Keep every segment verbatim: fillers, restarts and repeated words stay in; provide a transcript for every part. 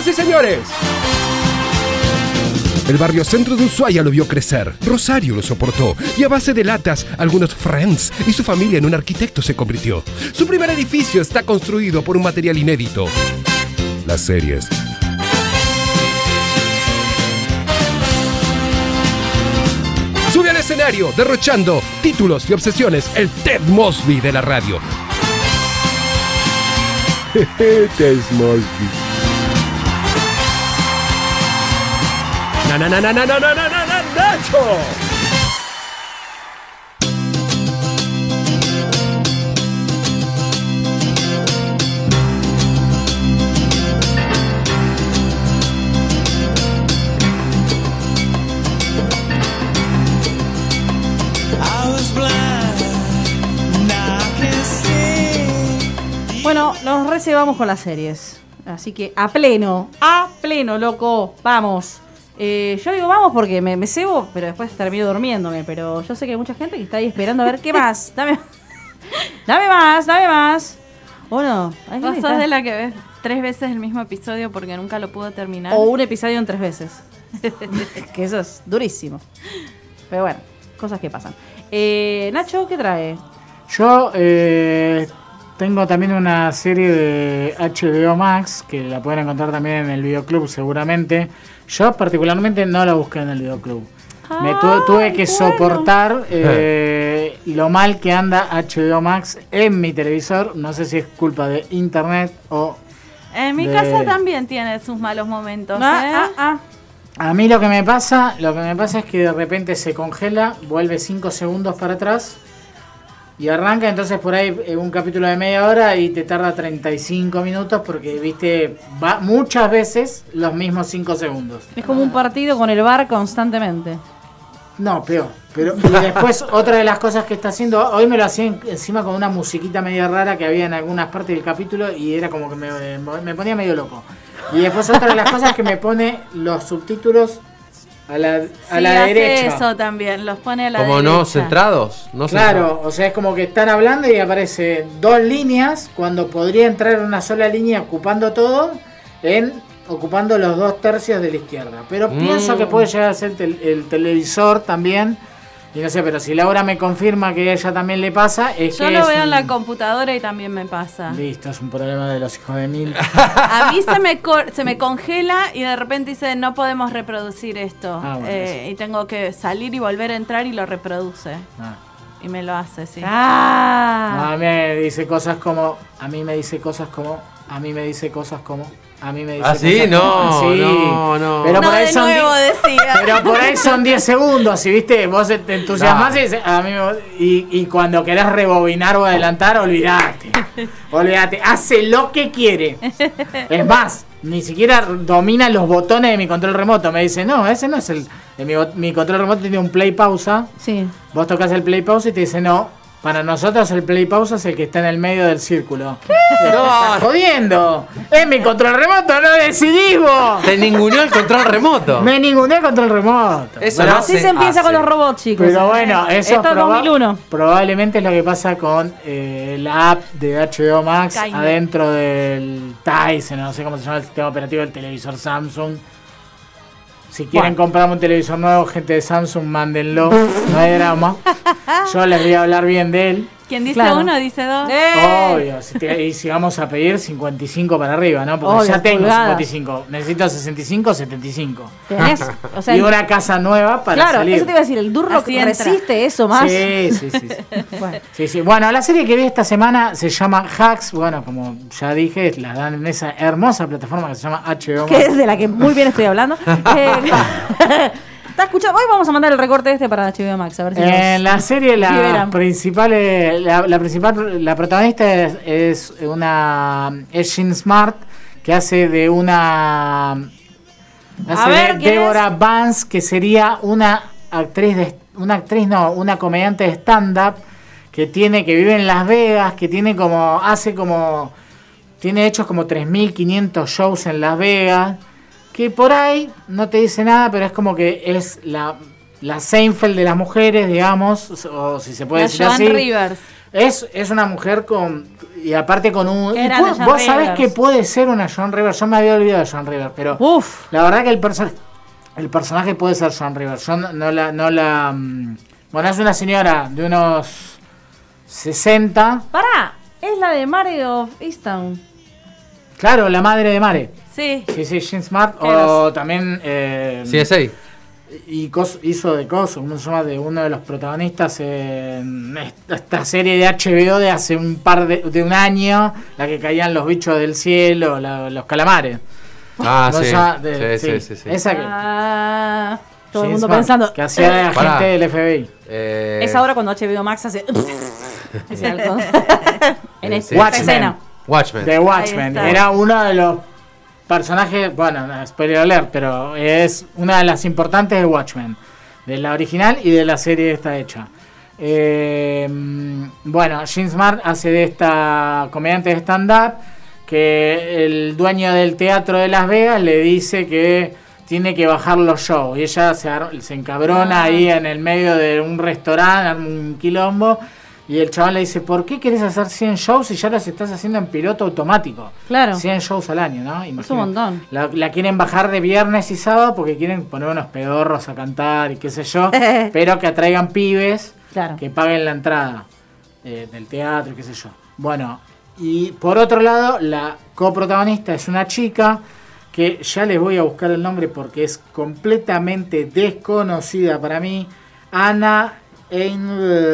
Señoras y señores, el barrio centro de Ushuaia lo vio crecer, Rosario lo soportó y a base de latas, algunos friends y su familia en un arquitecto se convirtió. Su primer edificio está construido por un material inédito: las series. Sube al escenario derrochando títulos y obsesiones, el Ted Mosby de la radio. Ted Mosby. Na na na na na na na na na Nacho. Bueno, nos recebamos con las series. Así que a pleno, a pleno, loco, vamos. Eh, yo digo vamos porque me, me cebo, pero después termino durmiéndome. Pero yo sé que hay mucha gente que está ahí esperando a ver qué más. Dame, dame más, dame más. ¿O no? Vos sos de la que ves tres veces el mismo episodio porque nunca lo pudo terminar. O un episodio en tres veces. Que eso es durísimo. Pero bueno, cosas que pasan. Eh, Nacho, ¿qué trae? Yo eh, tengo también una serie de H B O Max que la pueden encontrar también en el videoclub seguramente. Yo particularmente no la busqué en el videoclub. Ah, Me tu, tuve que bueno. soportar eh, lo mal que anda H B O Max en mi televisor. No sé si es culpa de internet o... En mi de... casa también tiene sus malos momentos. Ah, ¿eh? ah, ah. A mí lo que me pasa, lo que me pasa es que de repente se congela, vuelve cinco segundos para atrás y arranca, entonces por ahí un capítulo de media hora y te tarda treinta y cinco minutos porque viste va muchas veces los mismos cinco segundos. Es como un partido con el V A R constantemente. No, peor. Pero y después otra de las cosas que está haciendo, hoy me lo hacía encima con una musiquita media rara que había en algunas partes del capítulo y era como que me, me ponía medio loco. Y después otra de las cosas que me pone los subtítulos a la, a sí, la hace derecha. Eso también, los pone a la como derecha. Como no centrados. No claro, centrados. O sea, es como que están hablando y aparece dos líneas cuando podría entrar una sola línea ocupando todo, en ocupando los dos tercios de la izquierda. Pero mm. pienso que puede llegar a ser tel, el televisor también. Y no sé, pero si Laura me confirma que a ella también le pasa, es Yo que lo es veo un... en la computadora y también me pasa. Listo, es un problema de los hijos de mil. A mí se me co- se me congela y de repente dice no podemos reproducir esto. Ah, bueno, eh, y tengo que salir y volver a entrar y lo reproduce. Ah. Y me lo hace, sí. Ah. A mí me dice cosas como, a mí me dice cosas como, a mí me dice cosas como, a mí me dice ¿Ah, cosas sí? como. No, sí. no, no. Pero no por ahí de son nuevo die- decía. Pero por ahí son diez segundos, y viste, vos te entusiasmás no. y, dices, a mí me, y, y cuando querés rebobinar o adelantar, olvidate. Olvídate, hace lo que quiere. Es más, ni siquiera domina los botones de mi control remoto. Me dice, no, ese no es el... De mi, mi control remoto tiene un play pausa. Sí. Vos tocas el play pausa y te dice, no, para nosotros el play pausa es el que está en el medio del círculo. ¿Qué? No, estás jodiendo. Es mi control remoto, no decidís vos. Te ninguneó el control remoto. Me ninguneé el control remoto. Eso Pero, no Así se se empieza hace. con los robots, chicos. pero bueno, eso Esto es proba- dos mil uno. probablemente es lo que pasa con eh, la app de H B O Max Skynet. adentro del Tyson, no sé cómo se llama el sistema operativo del televisor Samsung. Si quieren Bueno. comprarme un televisor nuevo, gente de Samsung, mándenlo. No hay drama. Yo les voy a hablar bien de él. Quien dice Claro. uno, dice dos. ¡Eh! Obvio. Si te- y si vamos a pedir cincuenta y cinco para arriba, ¿no? Porque Obvio, ya tengo pulgadas. cincuenta y cinco. Necesito sesenta y cinco, setenta y cinco. Tenés, o sea, Y una casa nueva para claro, salir. eso te iba a decir, el Durlock Así entra. resiste eso más. Sí, sí, sí. sí. Bueno. Sí, sí. Bueno, la serie que vi esta semana se llama Hacks. Bueno, como ya dije, la dan en esa hermosa plataforma que se llama H B O Que Max. es de la que muy bien estoy hablando. Eh, ¿Está escuchando? Hoy vamos a mandar el recorte este para H B O Max, a ver si En nos- la serie la liberan. principal, eh, la, la principal, la protagonista es, es una es Jean Smart, que hace de una hace A ver, de ¿quién Deborah Vance, que sería una actriz de una actriz no, una comediante de stand up que tiene que vive en Las Vegas, que tiene como hace como tiene hechos como tres mil quinientos shows en Las Vegas. Que por ahí no te dice nada, pero es como que es la, la Seinfeld de las mujeres, digamos, o si se puede La decir Joan así. Rivers. Es, es una mujer con... Y aparte con un... Qué y grande pu- John vos sabés Rivers. que puede ser una John Rivers. Yo me había olvidado de John Rivers, pero... Uf. La verdad que el, perso- el personaje puede ser John Rivers. Yo no, no la... No la mm, bueno, es una señora de unos sesenta. Pará, es la de Mare of Easttown. Claro, la madre de Mare. Sí. Sí, sí, Jean Smart. Qué O groso. también... Eh, C S A. y cos- hizo de coso, ¿cómo se llama? De uno de los protagonistas en esta, esta serie de H B O de hace un par de, de un año, la que caían los bichos del cielo, la- los calamares. Ah, ¿Cómo sí. se llama? De- Sí, sí, sí, sí. Esa que, Ah, todo el Jean mundo Smart, pensando. que hacía de agente Pará. del F B I. Eh, Es ahora cuando H B O Max hace. hace algo. en Eh, esta sí. Watchmen. escena. Watchmen. The Watchmen. está. Era uno de los personajes, bueno, no, spoiler alert, pero es una de las importantes de Watchmen. De la original y de la serie esta hecha. Eh, bueno, Jean Smart hace de esta comediante de stand-up que el dueño del teatro de Las Vegas le dice que tiene que bajar los shows. Y ella se, ar- se encabrona Ah. ahí en el medio de un restaurante, arma un quilombo. Y el chaval le dice, ¿por qué querés hacer cien shows si ya los estás haciendo en piloto automático? Claro. cien shows al año, ¿no? Imagínate. Es un montón. La, la quieren bajar de viernes y sábado porque quieren poner unos pedorros a cantar y qué sé yo, pero que atraigan pibes Claro. que paguen la entrada eh, del teatro y qué sé yo. Bueno, y por otro lado, la coprotagonista es una chica que ya les voy a buscar el nombre porque es completamente desconocida para mí. Ana Ein...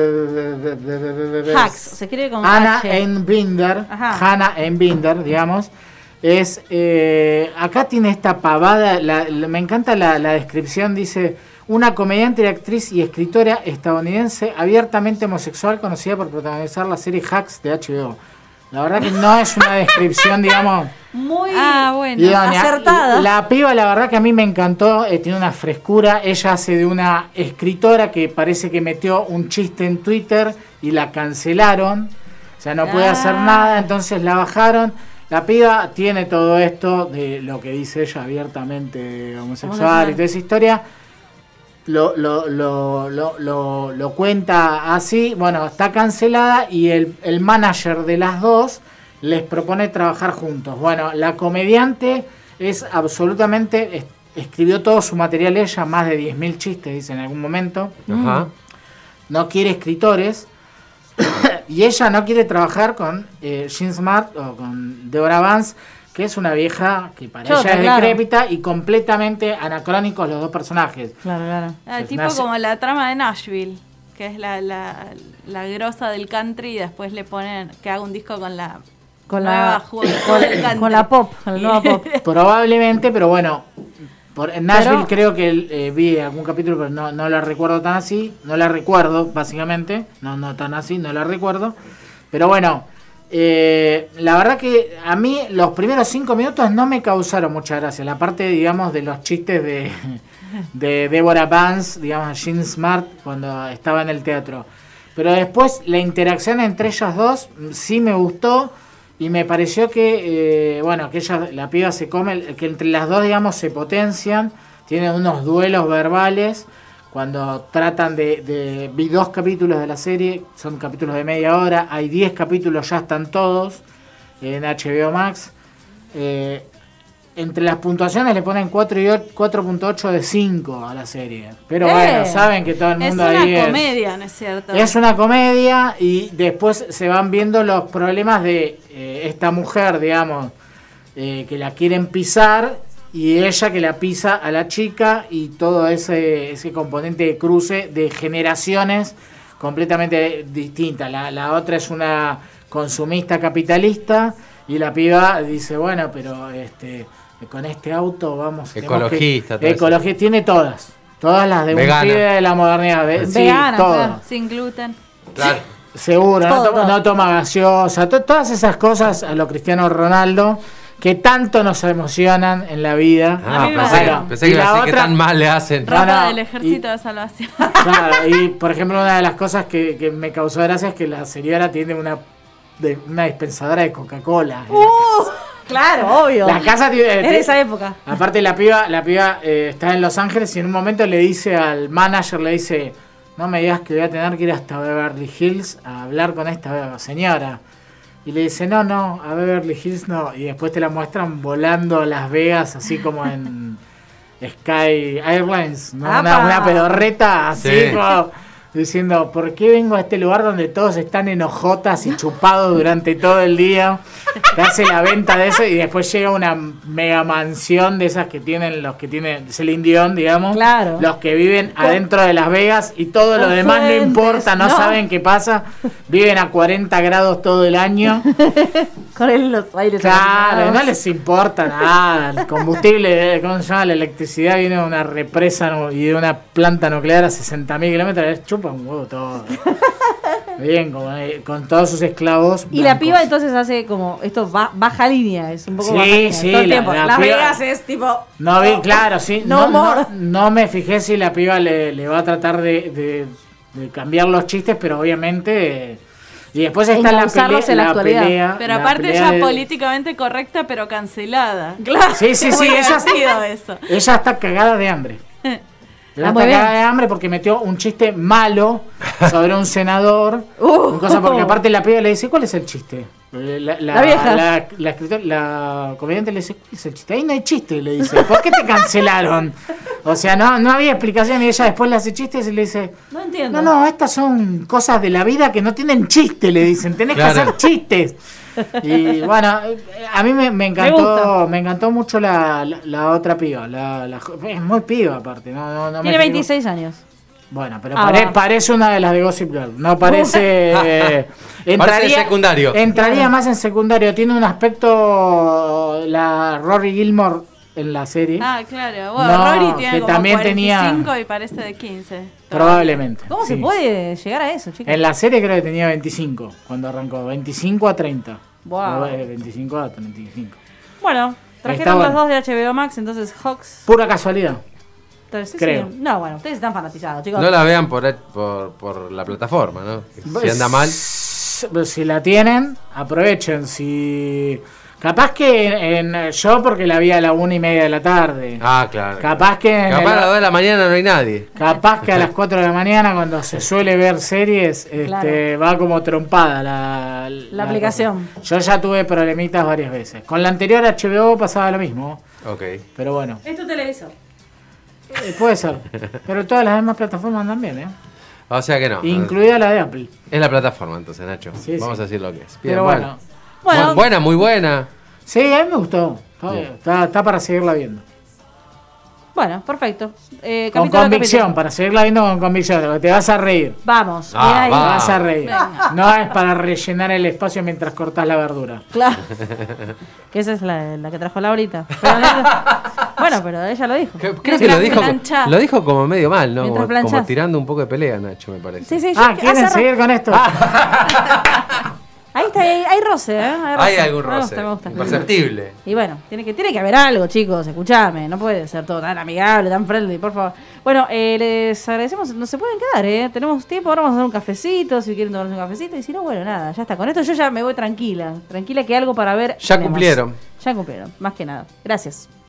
Hacks. Se escribe con Ana H. Einbinder, Ajá. Hannah Einbinder, digamos, es eh, acá tiene esta pavada, la- la- me encanta la, la descripción, dice una comediante y actriz y escritora estadounidense abiertamente homosexual conocida por protagonizar la serie Hacks de H B O. La verdad que no es una descripción, digamos, Muy. Ah, bueno. idónea. acertada. La piba, la verdad que a mí me encantó, eh, tiene una frescura. Ella hace de una escritora que parece que metió un chiste en Twitter y la cancelaron. O sea, no puede Ah. hacer nada, entonces la bajaron. La piba tiene todo esto de lo que dice ella abiertamente homosexual Homosexual. y toda esa historia. Lo, lo, lo, lo, lo, lo cuenta así, bueno, está cancelada y el, el manager de las dos les propone trabajar juntos. Bueno, la comediante es absolutamente, es- escribió todo su material ella, más de diez mil chistes, dice en algún momento. Ajá. No quiere escritores y ella no quiere trabajar con eh, Jean Smart o con Deborah Vance, que es una vieja que para Chota, ella es claro. decrépita y completamente anacrónicos los dos personajes. Claro, claro. Ah, Es tipo una- como la trama de Nashville, que es la, la, la grosa del country y después le ponen que haga un disco con la Con nueva la, juventud con, del country. con la pop, con la nueva pop. Probablemente, pero bueno, por, en Nashville Pero- creo que eh, vi algún capítulo, pero no, no la recuerdo tan así. No la recuerdo, básicamente. No, no tan así, no la recuerdo. Pero bueno, eh, la verdad que a mí los primeros cinco minutos no me causaron mucha gracia. La parte, digamos, de los chistes de, de Deborah Vance, digamos, Jean Smart, cuando estaba en el teatro. Pero después la interacción entre ellas dos mm, sí me gustó. Y me pareció que, eh, bueno, que ella, la piba se come, que entre las dos, digamos, se potencian, tienen unos duelos verbales, cuando tratan de, de, vi dos capítulos de la serie, son capítulos de media hora, hay diez capítulos, ya están todos en H B O Max. Eh, entre las puntuaciones le ponen cuatro punto ocho de cinco a la serie. Pero Eh, bueno, saben que todo el Es mundo una ahí es... comedia, ¿no es cierto? Es una comedia y después se van viendo los problemas de eh, esta mujer, digamos, eh, que la quieren pisar y ella que la pisa a la chica y todo ese, ese componente de cruce de generaciones completamente distintas. La, la otra es una consumista capitalista y la piba dice, bueno, pero este con este auto vamos... tenemos Ecologista, que- todo eso. ecología, tiene todas. Todas las de Vegana. un pibe de la modernidad. ve- Sí, Vegana, todo. claro. Sin gluten. Claro. Seguro, no, Todo, toma, todo. no toma gaseosa, to- todas esas cosas a lo Cristiano Ronaldo que tanto nos emocionan en la vida. Ah, mí me pensé, que, gusta. pensé Y que iba a la decir que otra- tan mal le hacen. No, Ropa no, del ejército y- de salvación. Claro, y por ejemplo, una de las cosas que, que me causó gracia es que la señora tiene una, de- una dispensadora de Coca-Cola. Claro, obvio. La casa tiene. Es de esa época. Aparte, la piba, la piba eh, está en Los Ángeles y en un momento le dice al manager, le dice, no me digas que voy a tener que ir hasta Beverly Hills a hablar con esta señora. Y le dice, no, no, a Beverly Hills no. Y después te la muestran volando a Las Vegas, así como en Sky Airlines, ¿no? Una, ¡Apa! una pedorreta así, Sí. como diciendo, ¿por qué vengo a este lugar donde todos están enojotas y chupados durante todo el día? Te hace la venta de eso y después llega una mega mansión de esas que tienen los que tienen Celine Dion, digamos. Claro. Los que viven adentro de Las Vegas y todo lo Con demás no fuentes, importa, no, ¿no? saben qué pasa. Viven a cuarenta grados todo el año. Con él los aires Claro, acondicionados. no les importa nada. El combustible, ¿cómo se llama? La electricidad viene de una represa nu- y de una planta nuclear a sesenta mil kilómetros. Les chupa un huevo todo. Bien, como, eh, con todos sus esclavos. Y la blancos. piba entonces hace como esto ba- baja línea, es un poco Sí, baja línea sí, todo el la- tiempo. la Las piba- Vegas es tipo No vi, claro, sí. no No, more. no, no me fijé si la piba le, le va a tratar de, de- de cambiar los chistes, pero obviamente. eh, y después está la Encauzarlos pelea. en la la actualidad. pelea- Pero la aparte pelea ella de- políticamente correcta, pero cancelada. Claro. Sí, sí, sí, Muy ella, divertido eso. ella está cagada de hambre. Ella Ah, muy está bien. cagada de hambre porque metió un chiste malo sobre un senador. Uh. una cosa porque aparte la piba le dice, ¿cuál es el chiste? La, La vieja. La, la, escritora- la comediante le dice, ¿cuál es el chiste? Ahí no hay chiste, le dice. ¿Por qué te cancelaron? O sea, no, no había explicación y ella después le hace chistes y le dice, No entiendo. no, no, estas son cosas de la vida que no tienen chiste, le dicen. Tenés Claro. que hacer chistes. Y bueno, eh, a mí me, me Me encantó, gusta. me, encantó mucho la, la, la otra piba. La, la jo- es muy piba aparte. No, no, no me Tiene fijo. veintiséis años. Bueno, pero Ah, pare- va. parece una de las de Gossip Girl. No parece. eh, Parece secundario. Entraría Claro. más en secundario. Tiene un aspecto. La Rory Gilmore en la serie. Ah, claro. Bueno, No, Rory tiene que como también cuarenta y cinco tenía- y parece de quince. Probablemente. ¿Cómo se sí. puede llegar a eso, chicos? En la serie creo que tenía veinticinco cuando arrancó. veinticinco a treinta. Wow. O, eh, veinticinco a treinta y cinco. Bueno, Está trajeron bueno. los dos de H B O Max, entonces Hawks. Pura casualidad. Entonces, sí, Creo. sí. No, bueno, ustedes están fanatizados, chicos. No la vean por, por, por la plataforma, ¿no? Si anda mal. Si la tienen, aprovechen. Si capaz que en, en- yo porque la vi a la una y media de la tarde. Ah, claro. Capaz que en Capaz a el- las dos de la mañana no hay nadie. capaz que a las cuatro de la mañana cuando se suele ver series, este, Claro. va como trompada la, La aplicación. cosa. Yo ya tuve problemitas varias veces. Con la anterior H B O pasaba lo mismo, Ok. pero bueno, Es tu televisor. eh, puede ser. Pero todas las demás plataformas andan bien, ¿eh? O sea que no. Incluida la de Apple. Es la plataforma entonces, Nacho. Sí, Vamos sí. a decir lo que es. Bien, Pero bueno. Bueno. Bu- buena, muy buena. Sí, a mí me gustó. Está, Bien. está- está para seguirla viendo. Bueno, perfecto. Eh, Con capítulo a convicción, capítulo. para seguirla viendo con convicción. porque Te vas a reír. Vamos, Ah, bien ahí. Te va. vas a reír. Venga. No es para rellenar el espacio mientras cortas la verdura. Claro. Que esa es la, la que trajo Laurita. Pero no- bueno, pero ella lo dijo. Creo creo que lo dijo, planchás. lo dijo como medio mal, ¿no? Mientras Como, como planchás. tirando un poco de pelea, Nacho, me parece. Sí, sí, yo- Ah, ¿quieren hace- seguir con esto? Ahí está, hay, hay roce, ¿eh? Hay, roce. Hay algún Me gusta, roce. me gusta. Imperceptible. Y bueno, tiene que, tiene que haber algo, chicos, escuchame, no puede ser todo tan amigable, tan friendly, por favor. Bueno, eh, les agradecemos, no se pueden quedar, ¿eh? Tenemos tiempo, ahora vamos a hacer un cafecito, si quieren tomarse un cafecito, y si no, bueno, nada, ya está. Con esto yo ya me voy tranquila, tranquila que algo para ver. Ya tenemos. cumplieron. Ya cumplieron, más que nada. Gracias.